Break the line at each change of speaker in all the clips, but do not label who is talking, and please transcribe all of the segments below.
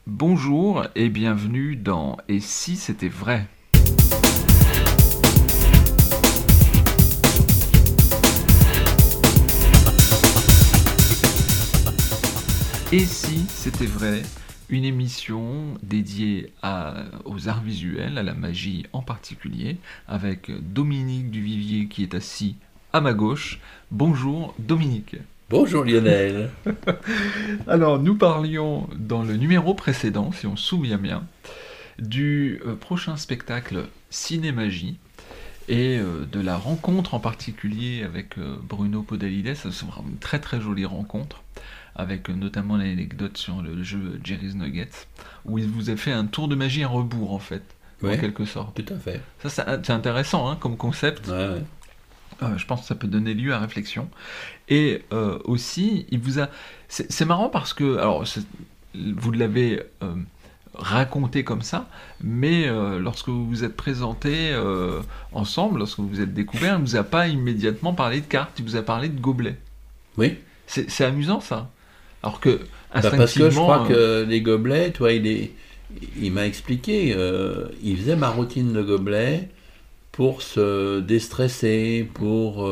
Bonjour et bienvenue dans Et si c'était vrai? Et si c'était vrai? Une émission dédiée aux arts visuels, à la magie en particulier, avec Dominique Duvivier qui est assis à ma gauche. Bonjour Dominique.
Bonjour Lionel.
Alors nous parlions dans le numéro précédent, si on se souvient bien, du prochain spectacle Cinémagie et de la rencontre en particulier avec Bruno Podalides. C'est vraiment une très très jolie rencontre, avec notamment l'anecdote sur le jeu Jerry's Nuggets, où il vous a fait un tour de magie à rebours en fait, en
Oui,
quelque sorte.
tout à fait.
C'est intéressant hein, comme concept.
Ouais, ouais.
Je pense que ça peut donner lieu à réflexion. Et aussi, il vous a. C'est marrant parce que, alors, vous l'avez raconté comme ça, mais lorsque vous vous êtes présentés ensemble, lorsque vous vous êtes découverts, il ne vous a pas immédiatement parlé de cartes, il vous a parlé de gobelets.
Oui.
C'est amusant ça. Alors que,
Parce que je crois
instinctivement.
que les gobelets, toi, il m'a expliqué, il faisait ma routine de gobelets pour se déstresser, pour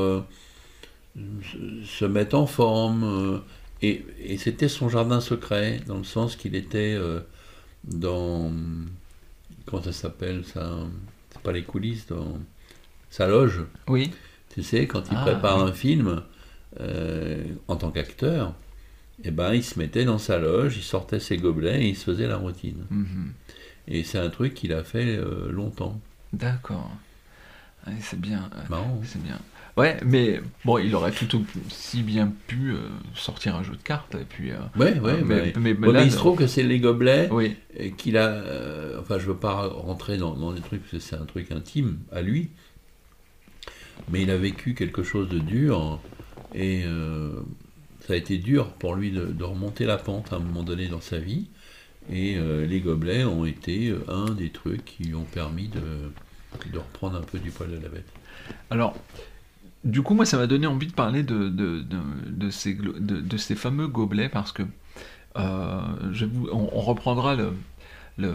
se mettre en forme. Et c'était son jardin secret, dans le sens qu'il était dans. Comment ça s'appelle ça? C'est pas les coulisses, dans sa loge.
Oui.
Tu sais, quand il
Ah,
prépare
oui.
un film, en tant qu'acteur, eh ben, il se mettait dans sa loge, il sortait ses gobelets et il se faisait la routine.
Mhm.
Et c'est un truc qu'il a fait longtemps.
D'accord. Ouais, c'est bien.
Marrant.
C'est bien. Ouais, mais bon, il aurait tout aussi bien pu sortir un jeu de cartes, et puis.
Ouais, ouais,
Mais
ouais,
là,
mais il se trouve que c'est les gobelets
oui.
qu'il a. Enfin, je veux pas rentrer dans des trucs parce que c'est un truc intime à lui, mais il a vécu quelque chose de dur et ça a été dur pour lui de remonter la pente à un moment donné dans sa vie. Et les gobelets ont été un des trucs qui lui ont permis de reprendre un peu du poil de la bête.
Alors, du coup, moi, ça m'a donné envie de parler de ces fameux gobelets, parce que on reprendra le,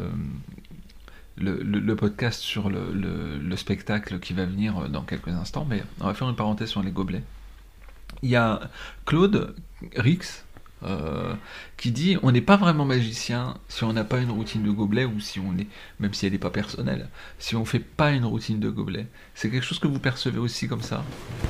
le podcast sur le spectacle qui va venir dans quelques instants, mais on va faire une parenthèse sur les gobelets. Il y a Claude Rix qui dit on n'est pas vraiment magicien si on n'a pas une routine de gobelet, ou si on est, même si elle n'est pas personnelle, si on fait pas une routine de gobelet. C'est quelque chose que vous percevez aussi comme ça?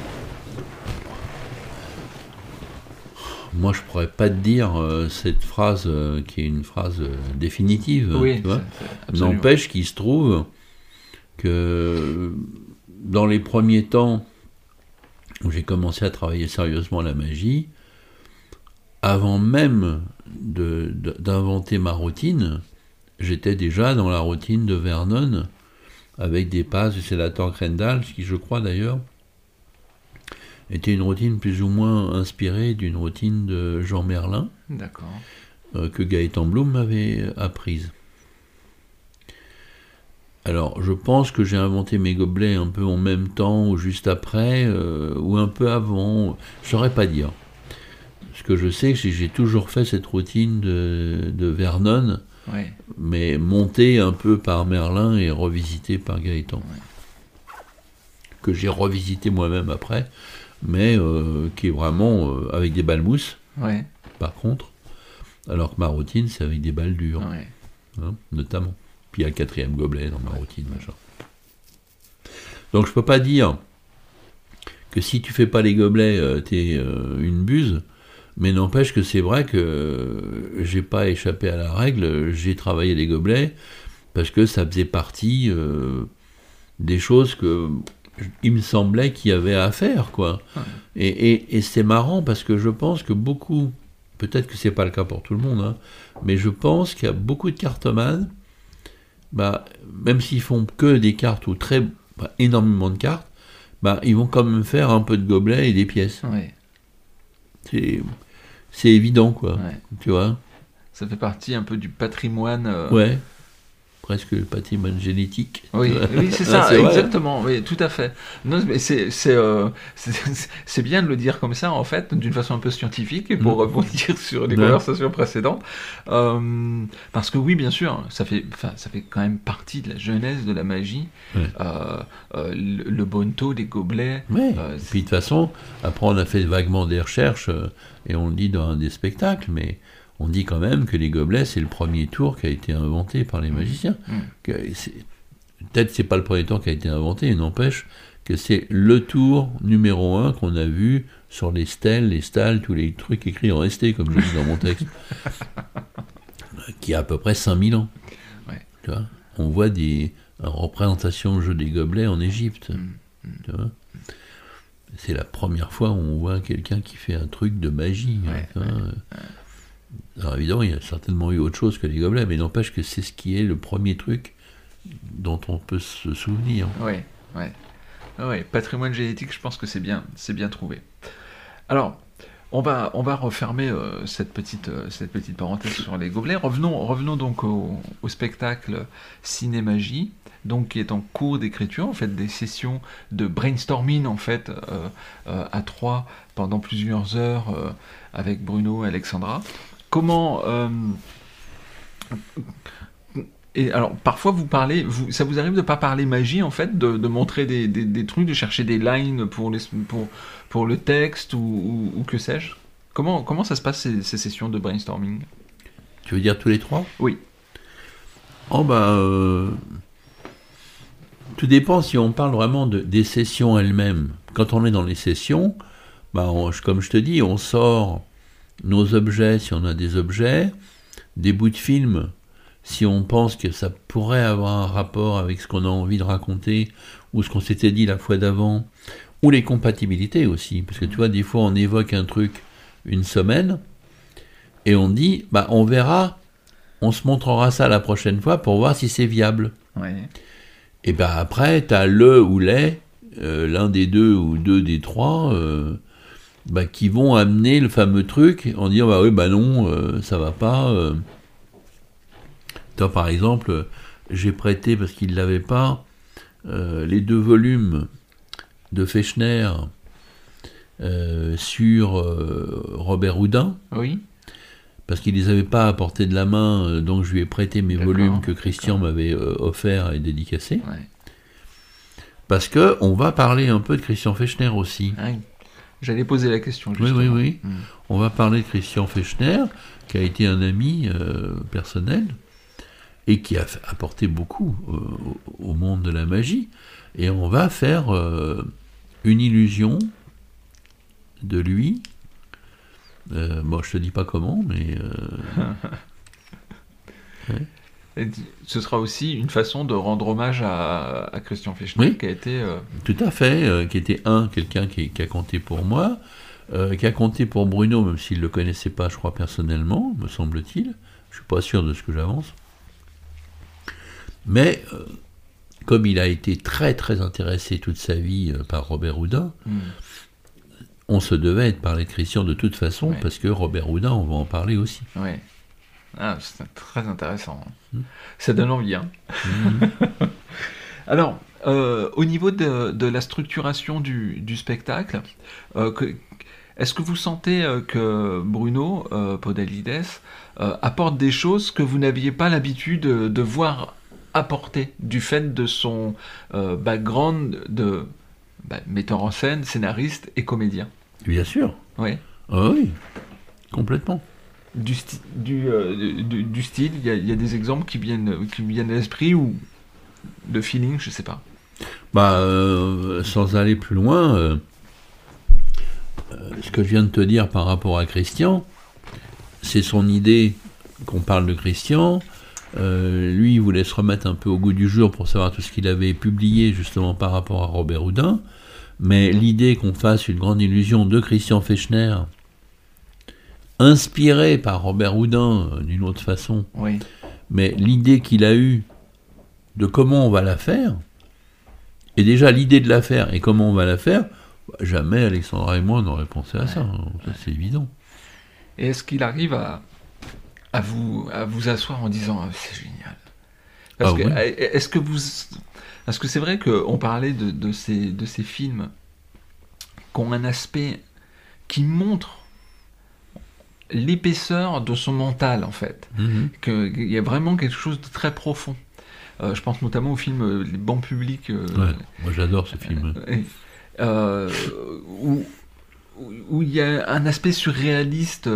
Moi, je pourrais pas te dire cette phrase qui est une phrase définitive,
Oui,
tu vois.
absolument.
N'empêche qu'il se trouve que dans les premiers temps où j'ai commencé à travailler sérieusement la magie, avant même d'inventer ma routine, j'étais déjà dans la routine de Vernon avec des passes du sénateur Crendal, qui je crois d'ailleurs était une routine plus ou moins inspirée d'une routine de Jean Merlin
D'accord.
que Gaëtan Bloom m'avait apprise. Alors, je pense que j'ai inventé mes gobelets un peu en même temps, ou juste après, ou un peu avant. Je ne saurais pas dire. Ce que je sais, c'est que j'ai toujours fait cette routine de Vernon,
Ouais.
mais montée un peu par Merlin et revisitée par Gaëtan. Que j'ai revisité moi-même après, mais qui est vraiment avec des balles mousse,
Ouais.
par contre, alors que ma routine, c'est avec des balles dures,
Ouais.
hein, notamment. Puis il y a le quatrième gobelet dans ma routine, machin. Donc je peux pas dire que si tu fais pas les gobelets, t'es une buse, mais n'empêche que c'est vrai que j'ai pas échappé à la règle, j'ai travaillé les gobelets, parce que ça faisait partie des choses que il me semblait qu'il y avait à faire, quoi.
Ouais.
Et c'est marrant parce que je pense que beaucoup, peut-être que c'est pas le cas pour tout le monde, hein, mais je pense qu'il y a beaucoup de cartomanes, bah, même s'ils font que des cartes ou énormément de cartes, bah, ils vont quand même faire un peu de gobelets et des pièces.
Ouais.
C'est, c'est évident, quoi.
Ouais.
Tu vois?
Ça fait partie un peu du patrimoine
Ouais. presque le patrimoine génétique.
Oui, oui, c'est ça,
c'est vrai.
exactement, oui, tout à fait. Non, mais c'est bien de le dire comme ça, en fait, d'une façon un peu scientifique, et pour rebondir sur les conversations précédentes. Parce que oui, bien sûr, ça fait quand même partie de la genèse de la magie.
Ouais.
Le bonto, les gobelets.
Ouais. Puis de toute façon, après on a fait vaguement des recherches, et on le dit dans un des spectacles, mais on dit quand même que les gobelets, c'est le premier tour qui a été inventé par les magiciens. Peut-être c'est pas le premier tour qui a été inventé, il n'empêche que c'est le tour numéro 1 qu'on a vu sur les stèles, les stalles, tous les trucs écrits en ST, comme je dis dans mon texte, qui a à peu près 5000 ans.
Ouais.
Tu vois, on voit des représentations de jeu des gobelets en Égypte. Tu vois, c'est la première fois où on voit quelqu'un qui fait un truc de magie. Alors évidemment, il y a certainement eu autre chose que les gobelets, mais n'empêche que c'est ce qui est le premier truc dont on peut se souvenir.
Oui, patrimoine génétique, je pense que c'est bien trouvé. Alors, on va refermer cette petite parenthèse sur les gobelets. Revenons donc au spectacle Ciné-Magie, donc qui est en cours d'écriture, en fait, des sessions de brainstorming, en fait, à 3 pendant plusieurs heures avec Bruno et Alexandra. Comment et alors, parfois, ça vous arrive de pas parler magie, en fait, de montrer des trucs, de chercher des lines pour le texte ou que sais-je. Comment ça se passe, ces sessions de brainstorming?
Tu veux dire tous les trois?
Oui.
Oh tout dépend si on parle vraiment des sessions elles-mêmes. Quand on est dans les sessions, comme je te dis, on sort nos objets, si on a des objets, des bouts de film, si on pense que ça pourrait avoir un rapport avec ce qu'on a envie de raconter, ou ce qu'on s'était dit la fois d'avant, ou les compatibilités aussi, parce que tu vois, des fois on évoque un truc une semaine, et on dit, on verra, on se montrera ça la prochaine fois pour voir si c'est viable.
Ouais.
Et après, tu as le ou les, l'un des deux ou deux des trois, qui vont amener le fameux truc en disant non, ça va pas. Toi, par exemple, j'ai prêté, parce qu'il ne l'avait pas, les 2 volumes de Fechner sur Robert Houdin.
Oui.
Parce qu'il ne les avait pas à portée de la main, donc je lui ai prêté mes volumes que Christian m'avait offerts et dédicacés.
Ouais.
Parce qu'on va parler un peu de Christian Fechner aussi.
Ah oui. J'allais poser la question, justement.
Oui. On va parler de Christian Fechner, qui a été un ami personnel, et qui a apporté beaucoup au monde de la magie. Et on va faire une illusion de lui. Je te dis pas comment, mais...
Et ce sera aussi une façon de rendre hommage à Christian Fechner, qui a été...
Tout à fait, qui était quelqu'un qui a compté pour moi, qui a compté pour Bruno, même s'il ne le connaissait pas, je crois, personnellement, me semble-t-il. Je suis pas sûr de ce que j'avance. Mais, comme il a été très très intéressé toute sa vie par Robert Houdin, on se devait de parler de Christian de toute façon, parce que Robert Houdin, on va en parler aussi.
Oui. Ah, c'est très intéressant. Ça donne envie. Hein. Alors, au niveau de la structuration du spectacle, est-ce que vous sentez que Bruno Podalides apporte des choses que vous n'aviez pas l'habitude de voir apporter, du fait de son background de metteur en scène, scénariste et comédien?
Bien sûr.
Oui.
Oui, complètement.
Du style, il y a des exemples qui viennent à l'esprit, ou de feeling, je sais pas.
Sans aller plus loin, ce que je viens de te dire par rapport à Christian, c'est son idée qu'on parle de Christian. Lui, il voulait se remettre un peu au goût du jour pour savoir tout ce qu'il avait publié justement par rapport à Robert Houdin. Mais l'idée qu'on fasse une grande illusion de Christian Fechner, inspiré par Robert Houdin d'une autre façon, mais l'idée qu'il a eue de comment on va la faire, et déjà l'idée de la faire et comment on va la faire, jamais Alexandra et moi n'aurions pensé à ça, ça c'est évident.
Et est-ce qu'il arrive à vous asseoir en disant c'est génial, Parce
Ah
que,
oui.
Parce que c'est vrai qu'on parlait de ces films qui ont un aspect qui montre l'épaisseur de son mental, en fait.
Mhm.
Qu'il y a vraiment quelque chose de très profond. Je pense notamment au film Les Bancs Publics,
Ouais, moi j'adore ce film.
euh, où, où il y a un aspect surréaliste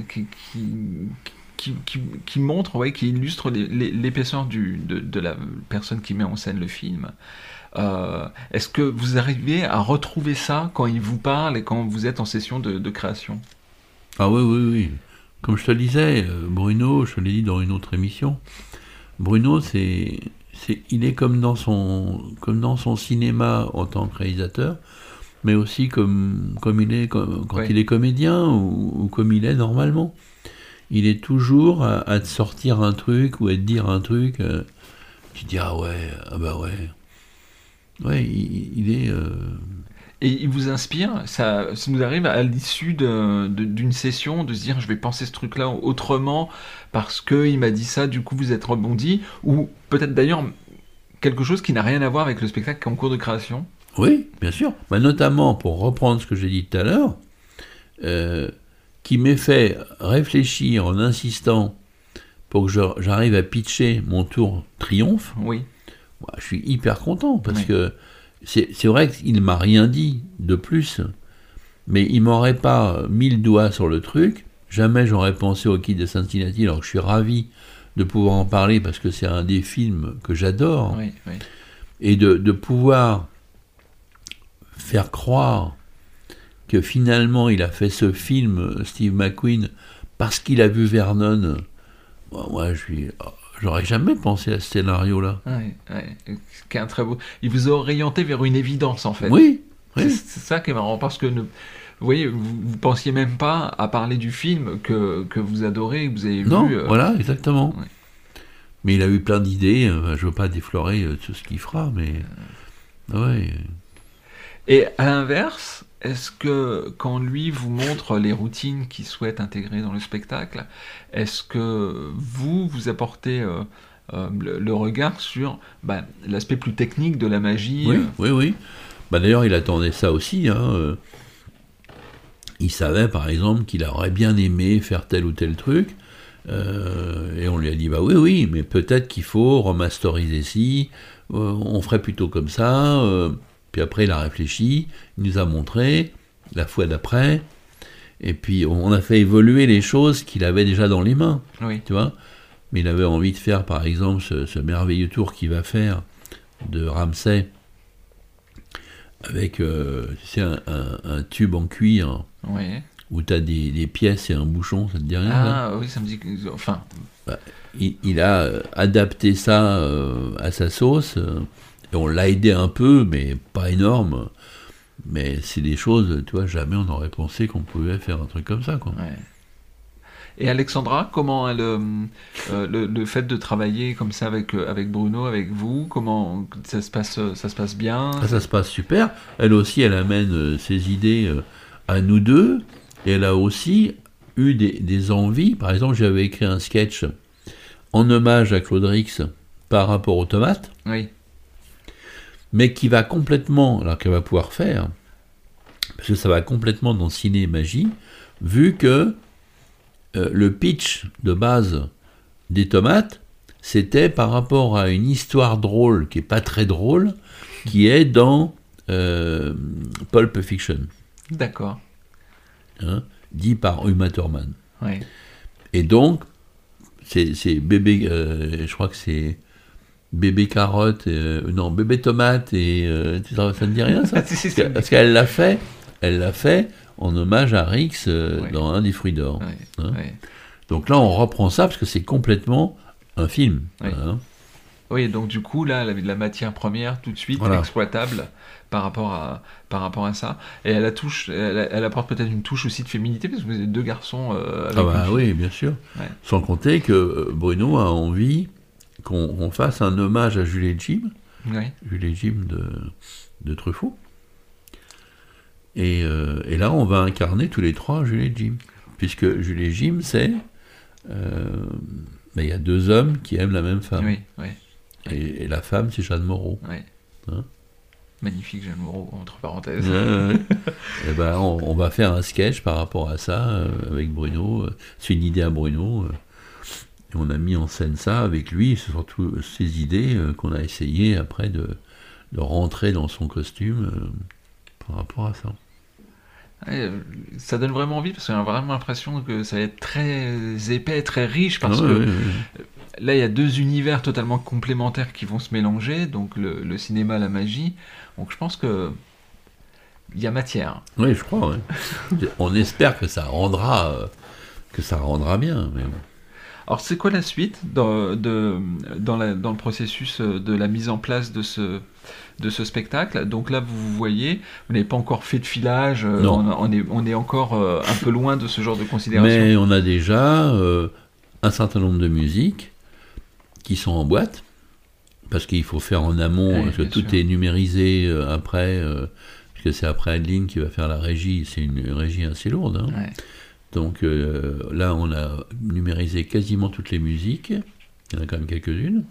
qui montre, ouais, qui illustre l'épaisseur de la personne qui met en scène le film. Est-ce que vous arrivez à retrouver ça quand il vous parle et quand vous êtes en session de création?
Ah oui, oui, oui. Comme je te le disais, Bruno, je te l'ai dit dans une autre émission, Bruno, il est comme dans son cinéma en tant que réalisateur, mais aussi comme il est quand
Ouais.
il est comédien ou comme il est normalement. Il est toujours à te sortir un truc ou à te dire un truc. Tu te dis ah ouais, ah bah ouais. Ouais, il est.
Et il vous inspire, ça nous arrive à l'issue d'une session de se dire je vais penser ce truc-là autrement parce qu'il m'a dit ça, du coup vous êtes rebondi, ou peut-être d'ailleurs quelque chose qui n'a rien à voir avec le spectacle qui est en cours de création.
Oui, bien sûr. Bah, notamment pour reprendre ce que j'ai dit tout à l'heure, qui m'ait fait réfléchir en insistant pour que j'arrive à pitcher mon tour triomphe.
Oui.
Bah, je suis hyper content parce
Oui.
que c'est vrai qu'il ne m'a rien dit de plus, mais il m'aurait pas mis le doigt sur le truc. Jamais j'aurais pensé au Kid de Cincinnati, alors que je suis ravi de pouvoir en parler parce que c'est un des films que j'adore.
Oui, oui.
Et de pouvoir faire croire que finalement il a fait ce film, Steve McQueen, parce qu'il a vu Vernon. Moi, j'aurais jamais pensé à ce scénario-là.
Ouais, ouais. Qui est un très beau. Il vous a orienté vers une évidence en fait.
Oui,
C'est
oui.
ça qui est marrant parce que vous voyez, vous pensiez même pas à parler du film que vous adorez, que vous avez
Non,
vu.
voilà, exactement.
Ouais.
Mais il a eu plein d'idées. Je veux pas déflorer tout ce qu'il fera, mais ouais.
Et à l'inverse, est-ce que quand lui vous montre les routines qu'il souhaite intégrer dans le spectacle, est-ce que vous apportez le regard sur l'aspect plus technique de la magie?
Oui, oui, oui. Bah, d'ailleurs, il attendait ça aussi. Hein. Il savait, par exemple, qu'il aurait bien aimé faire tel ou tel truc. Et on lui a dit, bah oui, oui, mais peut-être qu'il faut remasteriser ci. On ferait plutôt comme ça. Puis après, il a réfléchi. Il nous a montré la fois d'après. Et puis, on a fait évoluer les choses qu'il avait déjà dans les mains.
Oui.
Tu vois. Mais il avait envie de faire, par exemple, ce merveilleux tour qu'il va faire de Ramsay avec c'est un tube en cuir
Oui.
où tu as des pièces et un bouchon, ça te dit rien là
Ah oui, ça me dit que... Enfin,
il a adapté ça à sa sauce et on l'a aidé un peu, mais pas énorme. Mais c'est des choses, tu vois, jamais on aurait pensé qu'on pouvait faire un truc comme ça, quoi.
ouais. Et Alexandra, comment le fait de travailler comme ça avec Bruno, avec vous, comment ça se passe bien?
Ah, ça se passe super. Elle aussi, elle amène ses idées à nous deux. Et elle a aussi eu des envies. Par exemple, j'avais écrit un sketch en hommage à Claude Rix par rapport aux tomates,
Oui.
mais qui va complètement, alors qu'elle va pouvoir faire, parce que ça va complètement dans ciné et magie, vu que le pitch de base des tomates, c'était par rapport à une histoire drôle, qui est pas très drôle, qui est dans Pulp Fiction,
D'accord.
hein, dit par Uma Thurman.
Oui.
Et donc, c'est bébé, je crois que c'est bébé carotte, non, bébé tomate, et ça ne dit rien ça?
Si,
Parce qu'elle l'a fait en hommage à Rix
Ouais.
dans Un des fruits d'or.
Ouais,
Hein.
ouais.
Donc là, on reprend ça parce que c'est complètement un film.
Oui.
Hein.
Oui, donc du coup, là, la matière première, tout de suite,
Voilà.
exploitable par rapport à ça. Et elle apporte peut-être une touche aussi de féminité, parce que vous êtes deux garçons avec
Ah bah
une fille.
oui, bien sûr.
Ouais.
Sans compter que Bruno a envie qu'on fasse un hommage à Julie et Jim,
Oui.
Julie et Jim de Truffaut. Et là, on va incarner tous les trois Julie et Jim. Puisque Julie et Jim, c'est... il y a deux hommes qui aiment la même femme.
Oui, oui.
Et la femme, c'est Jeanne Moreau.
Ouais.
Hein?
Magnifique Jeanne Moreau, entre parenthèses.
Et ben, on va faire un sketch par rapport à ça avec Bruno. C'est une idée à Bruno. Et on a mis en scène ça avec lui, surtout ces idées qu'on a essayé après de rentrer dans son costume par rapport à ça.
Ouais, ça donne vraiment envie parce qu'on a vraiment l'impression que ça va être très épais, très riche parce que là il y a deux univers totalement complémentaires qui vont se mélanger, donc le cinéma, la magie. Donc je pense que il y a matière.
Oui, je crois. On espère que ça rendra bien. Mais bon.
Alors c'est quoi la suite dans le processus de la mise en place de ce spectacle? Donc là vous voyez, vous n'avez pas encore fait de filage, on est encore un peu loin de ce genre de considération.
Mais on a déjà un certain nombre de musiques qui sont en boîte, parce qu'il faut faire en amont, parce que tout est numérisé après, puisque c'est après Adeline qui va faire la régie, c'est une régie assez lourde. Hein.
Ouais.
Donc là, on a numérisé quasiment toutes les musiques. Il y en a quand même quelques-unes.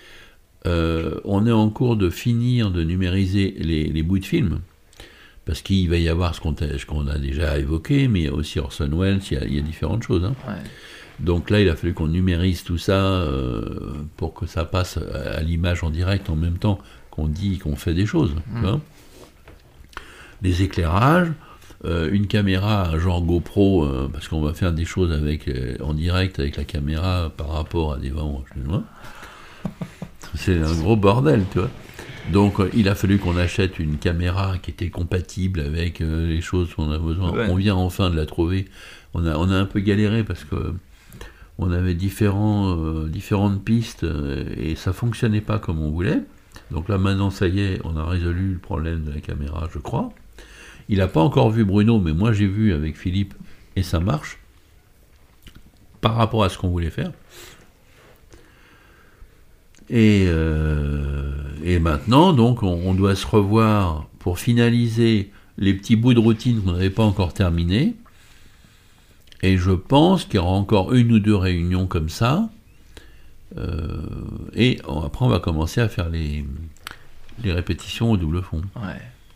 On est en cours de finir de numériser les bouts de films. Parce qu'il va y avoir ce qu'on a déjà évoqué, mais il y a aussi Orson Welles, il y a différentes choses. Hein.
Ouais.
Donc là, il a fallu qu'on numérise tout ça pour que ça passe à l'image en direct en même temps qu'on dit qu'on fait des choses. Tu vois. Les éclairages. Une caméra genre GoPro, parce qu'on va faire des choses en direct avec la caméra par rapport à des vents chinois. C'est un gros bordel, tu vois. Donc il a fallu qu'on achète une caméra qui était compatible avec les choses qu'on a besoin. Ouais. On vient enfin de la trouver. On a un peu galéré parce que on avait différentes pistes et ça fonctionnait pas comme on voulait. Donc là maintenant ça y est, on a résolu le problème de la caméra, je crois. Il n'a pas encore vu Bruno, mais moi j'ai vu avec Philippe, et ça marche, par rapport à ce qu'on voulait faire. Et maintenant, donc, on doit se revoir pour finaliser les petits bouts de routine qu'on n'avait pas encore terminés. Et je pense qu'il y aura encore une ou deux réunions comme ça. Et après, on va commencer à faire les répétitions au double fond.
Ouais.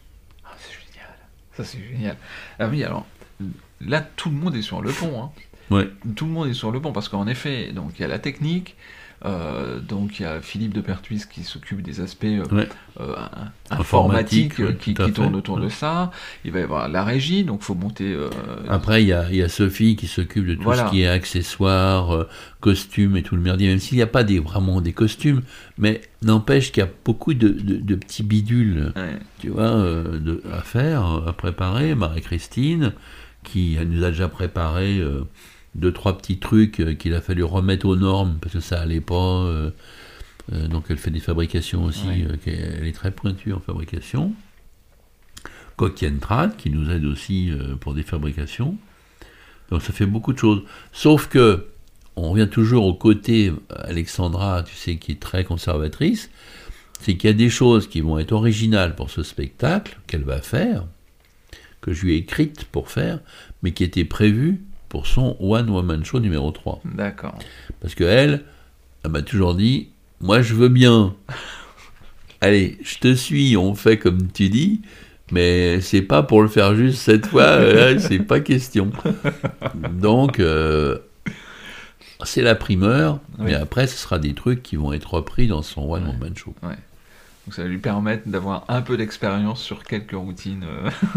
Ça c'est génial. Ah oui, alors là tout le monde est sur le pont. Hein.
Ouais.
Tout le monde est sur le pont parce qu'en effet, donc il y a la technique, donc il y a Philippe de Pertuis qui s'occupe des aspects informatiques qui tournent autour de ça. Il va y avoir la régie, donc il faut monter.
Après il y a Sophie qui s'occupe de tout ce qui est accessoires, costumes et tout le merdier, même s'il n'y a pas vraiment des costumes, mais n'empêche qu'il y a beaucoup de petits bidules, tu vois, à faire, à préparer. Marie-Christine qui nous a déjà préparé 2-3 petits trucs qu'il a fallu remettre aux normes parce que ça allait pas. Donc elle fait des fabrications aussi, elle est très pointue en fabrication. Coquienne Trad qui nous aide aussi pour des fabrications. Donc ça fait beaucoup de choses. Sauf que on revient toujours au côté Alexandra, tu sais, qui est très conservatrice. C'est qu'il y a des choses qui vont être originales pour ce spectacle qu'elle va faire, que je lui ai écrites pour faire, mais qui étaient prévues pour son One Woman Show numéro 3.
D'accord.
Parce qu'elle m'a toujours dit, moi je veux bien, allez, je te suis, on fait comme tu dis, mais c'est pas pour le faire juste cette fois, c'est pas question. Donc, c'est la primeur, mais après ce sera des trucs qui vont être repris dans son One Woman Show.
Ouais. Donc ça va lui permettre d'avoir un peu d'expérience sur quelques routines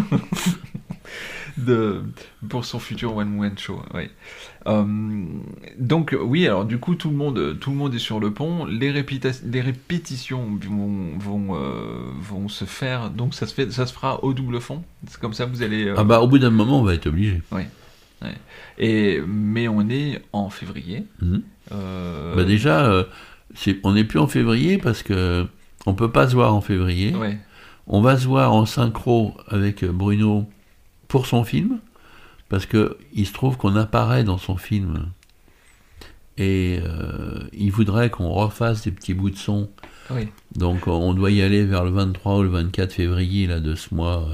pour son futur One Woman Show. Ouais. Donc oui, alors du coup tout le monde est sur le pont. Les répétitions vont se faire. Donc ça se fera au double fond. C'est comme ça vous allez.
Au bout d'un moment on va être obligé.
Oui. Ouais. Mais on est en février.
Déjà, on n'est plus en février parce que on peut pas se voir en février.
Ouais.
On va se voir en synchro avec Bruno pour son film, parce que il se trouve qu'on apparaît dans son film et il voudrait qu'on refasse des petits bouts de son.
Oui.
Donc on doit y aller vers le 23 ou le 24 février là, de ce mois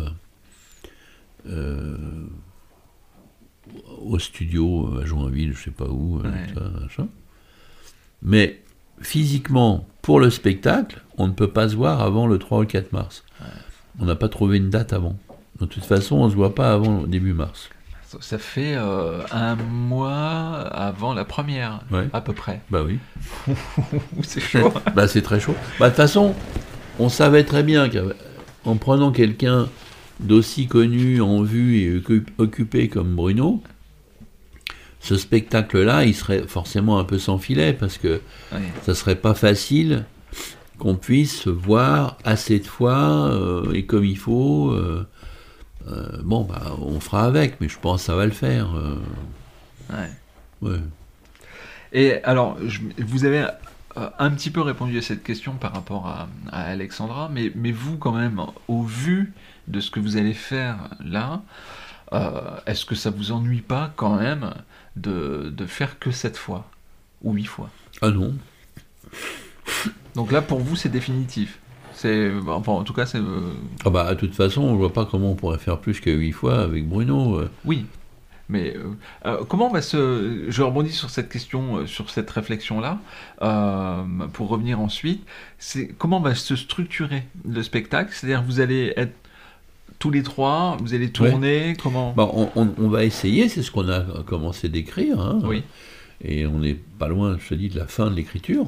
au studio à Joinville, je sais pas où, ça. Mais physiquement, pour le spectacle, on ne peut pas se voir avant le 3 ou le 4 mars. On n'a pas trouvé une date avant. De toute façon, on ne se voit pas avant début mars.
Ça fait 1 mois avant la première, à peu près.
Bah oui.
C'est chaud.
Bah c'est très chaud. Bah de toute façon, on savait très bien qu'en prenant quelqu'un d'aussi connu, en vue et occupé comme Bruno, ce spectacle-là, il serait forcément un peu sans filet, parce que ça serait pas facile qu'on puisse se voir assez de fois et comme il faut. Bon, bah, on fera avec, mais je pense que ça va le faire. Ouais.
Et alors, vous avez un petit peu répondu à cette question par rapport à Alexandra, mais vous, quand même, au vu de ce que vous allez faire là, est-ce que ça vous ennuie pas quand même de faire que 7 fois ou 8 fois?
Ah non.
Donc là, pour vous, c'est définitif. Enfin, en tout cas, c'est...
Ah bah, de toute façon, on ne voit pas comment on pourrait faire plus que 8 fois avec Bruno.
Oui, mais comment va se... Je rebondis sur cette question, sur cette réflexion-là, pour revenir ensuite. Comment va se structurer le spectacle? C'est-à-dire, vous allez être tous les 3, vous allez tourner, comment...
Bah, on va essayer, c'est ce qu'on a commencé d'écrire. Hein,
oui.
Et on n'est pas loin, je te dis, de la fin de l'écriture.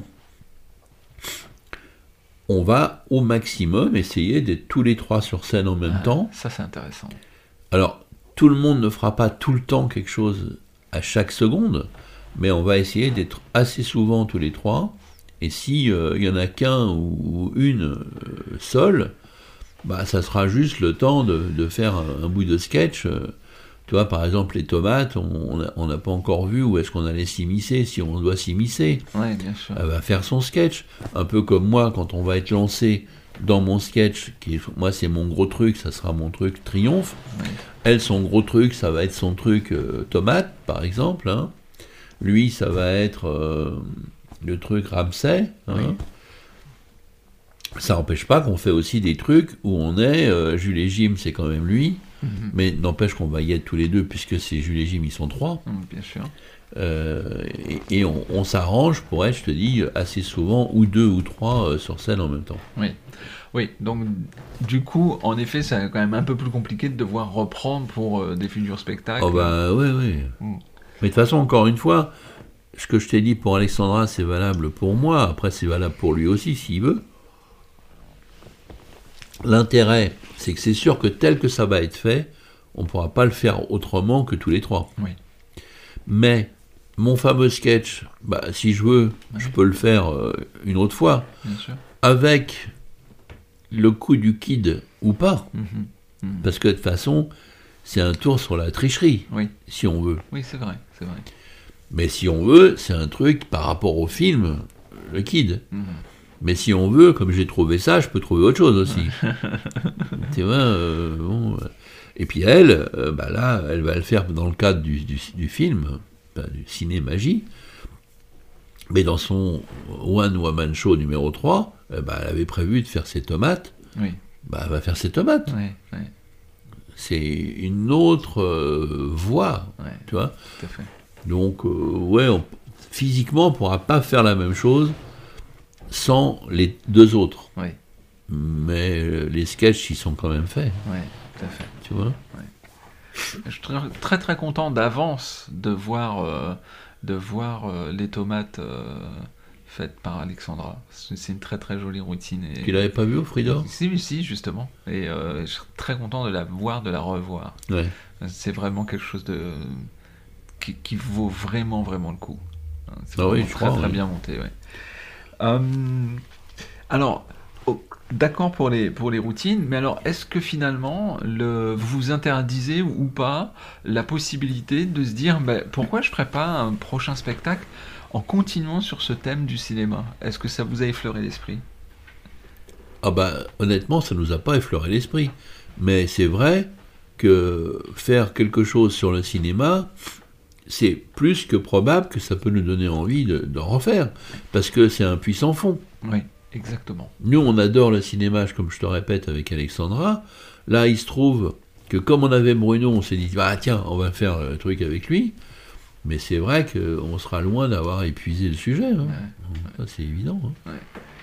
On va au maximum essayer d'être tous les 3 sur scène en même temps.
Ça, c'est intéressant.
Alors, tout le monde ne fera pas tout le temps quelque chose à chaque seconde, mais on va essayer d'être assez souvent tous les 3. Et si il y en a qu'un ou une seule, bah, ça sera juste le temps de faire un bout de sketch. Tu vois, par exemple, les tomates, on n'a pas encore vu où est-ce qu'on allait s'immiscer, si on doit s'immiscer.
Oui, bien sûr.
Elle va faire son sketch. Un peu comme moi, quand on va être lancé dans mon sketch, moi c'est mon gros truc, ça sera mon truc triomphe. Oui. Elle, son gros truc, ça va être son truc tomate, par exemple. Hein. Lui, ça va être le truc Ramsay. Hein. Oui. Ça n'empêche pas qu'on fait aussi des trucs où on est, Jules et Jim, c'est quand même lui. Mais n'empêche qu'on va y être tous les deux, puisque c'est Jules et Jim, ils sont 3.
Bien sûr.
Et on s'arrange pour être, je te dis, assez souvent, ou 2 ou 3 sur scène en même temps.
Oui, donc du coup, en effet, c'est quand même un peu plus compliqué de devoir reprendre pour des futurs spectacles.
Oh bah oui. Mais de toute façon, encore une fois, ce que je t'ai dit pour Alexandra, c'est valable pour moi, après c'est valable pour lui aussi, s'il veut. L'intérêt, c'est que c'est sûr que tel que ça va être fait, on ne pourra pas le faire autrement que tous les 3.
Oui.
Mais mon fameux sketch, bah, si je veux, je peux le faire une autre fois.
Bien sûr.
Avec le coup du kid ou pas. Parce que de toute façon, c'est un tour sur la tricherie, si on veut.
Oui, c'est vrai.
Mais si on veut, c'est un truc par rapport au film, le kid. Mais si on veut, comme j'ai trouvé ça, je peux trouver autre chose aussi. Tu vois, bon. Et puis elle, bah là, elle va le faire dans le cadre du film, du ciné-magie. Mais dans son One Woman Show numéro 3, bah, elle avait prévu de faire ses tomates.
Oui.
Bah, elle va faire ses tomates.
Oui.
C'est une autre voie, tu vois.
Tout à fait.
Donc, physiquement, on ne pourra pas faire la même chose sans les 2 autres.
Oui.
Mais les sketchs, ils sont quand même faits.
Oui, tout à fait.
Tu vois.
Je suis très très content d'avance de voir les tomates faites par Alexandra. C'est une très très jolie routine.
Tu l'avais pas vu au Frida ?
Si, justement. Et je suis très content de la voir, de la revoir.
Ouais.
C'est vraiment quelque chose qui vaut vraiment vraiment le coup. C'est très bien monté. Alors, d'accord pour les routines, mais alors est-ce que finalement vous interdisez ou pas la possibilité de se dire pourquoi je ne ferais pas un prochain spectacle en continuant sur ce thème du cinéma? Est-ce que ça vous a effleuré l'esprit?
Ah bah honnêtement, ça nous a pas effleuré l'esprit, mais c'est vrai que faire quelque chose sur le cinéma, c'est plus que probable que ça peut nous donner envie de refaire, parce que c'est un puissant fond.
Oui, exactement.
Nous, on adore le cinéma, comme je te répète, avec Alexandra. Là, il se trouve que comme on avait Bruno, on s'est dit, tiens, on va faire le truc avec lui. Mais c'est vrai qu'on sera loin d'avoir épuisé le sujet. Hein. Ça, c'est évident. Hein.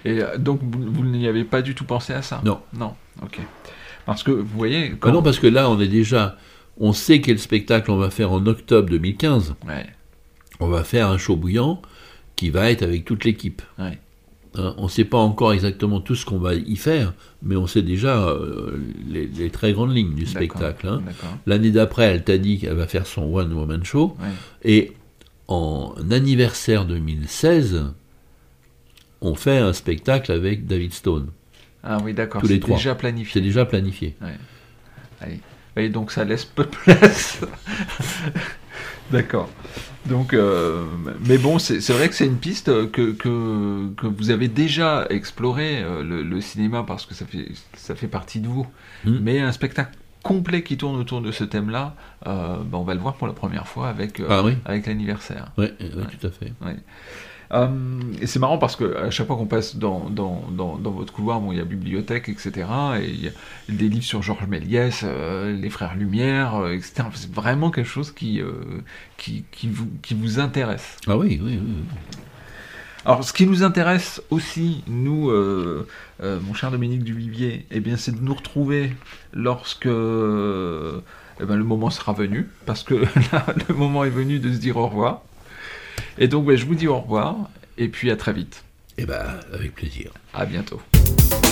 Et donc, vous n'y avez pas du tout pensé à ça?
Non.
Non, ok. Parce que, vous voyez...
Non, parce que là, on sait quel spectacle on va faire en octobre 2015.
Ouais.
On va faire un show bouillant qui va être avec toute l'équipe.
Ouais.
On ne sait pas encore exactement tout ce qu'on va y faire, mais on sait déjà les très grandes lignes du spectacle. Hein. L'année d'après, elle t'a dit qu'elle va faire son One Woman Show.
Ouais.
Et en anniversaire 2016, on fait un spectacle avec David Stone.
Ah oui, d'accord.
Tous les trois.
Déjà planifié.
C'est déjà planifié.
Ouais. Allez. Et donc ça laisse peu de place. D'accord. Donc, mais bon, c'est vrai que c'est une piste que vous avez déjà exploré, le cinéma, parce que ça fait partie de vous. Mais un spectacle complet qui tourne autour de ce thème-là, on va le voir pour la première fois avec l'anniversaire.
Oui, tout à fait.
Ouais. Et c'est marrant parce que à chaque fois qu'on passe dans votre couloir, il y a bibliothèque, etc. Et il y a des livres sur Georges Méliès, les Frères Lumière, etc. C'est vraiment quelque chose qui vous intéresse.
Ah oui.
Alors, ce qui nous intéresse aussi, nous, mon cher Dominique Duvivier, c'est de nous retrouver lorsque le moment sera venu, parce que là, le moment est venu de se dire au revoir. Et donc, je vous dis au revoir, et puis à très vite.
Avec plaisir.
À bientôt.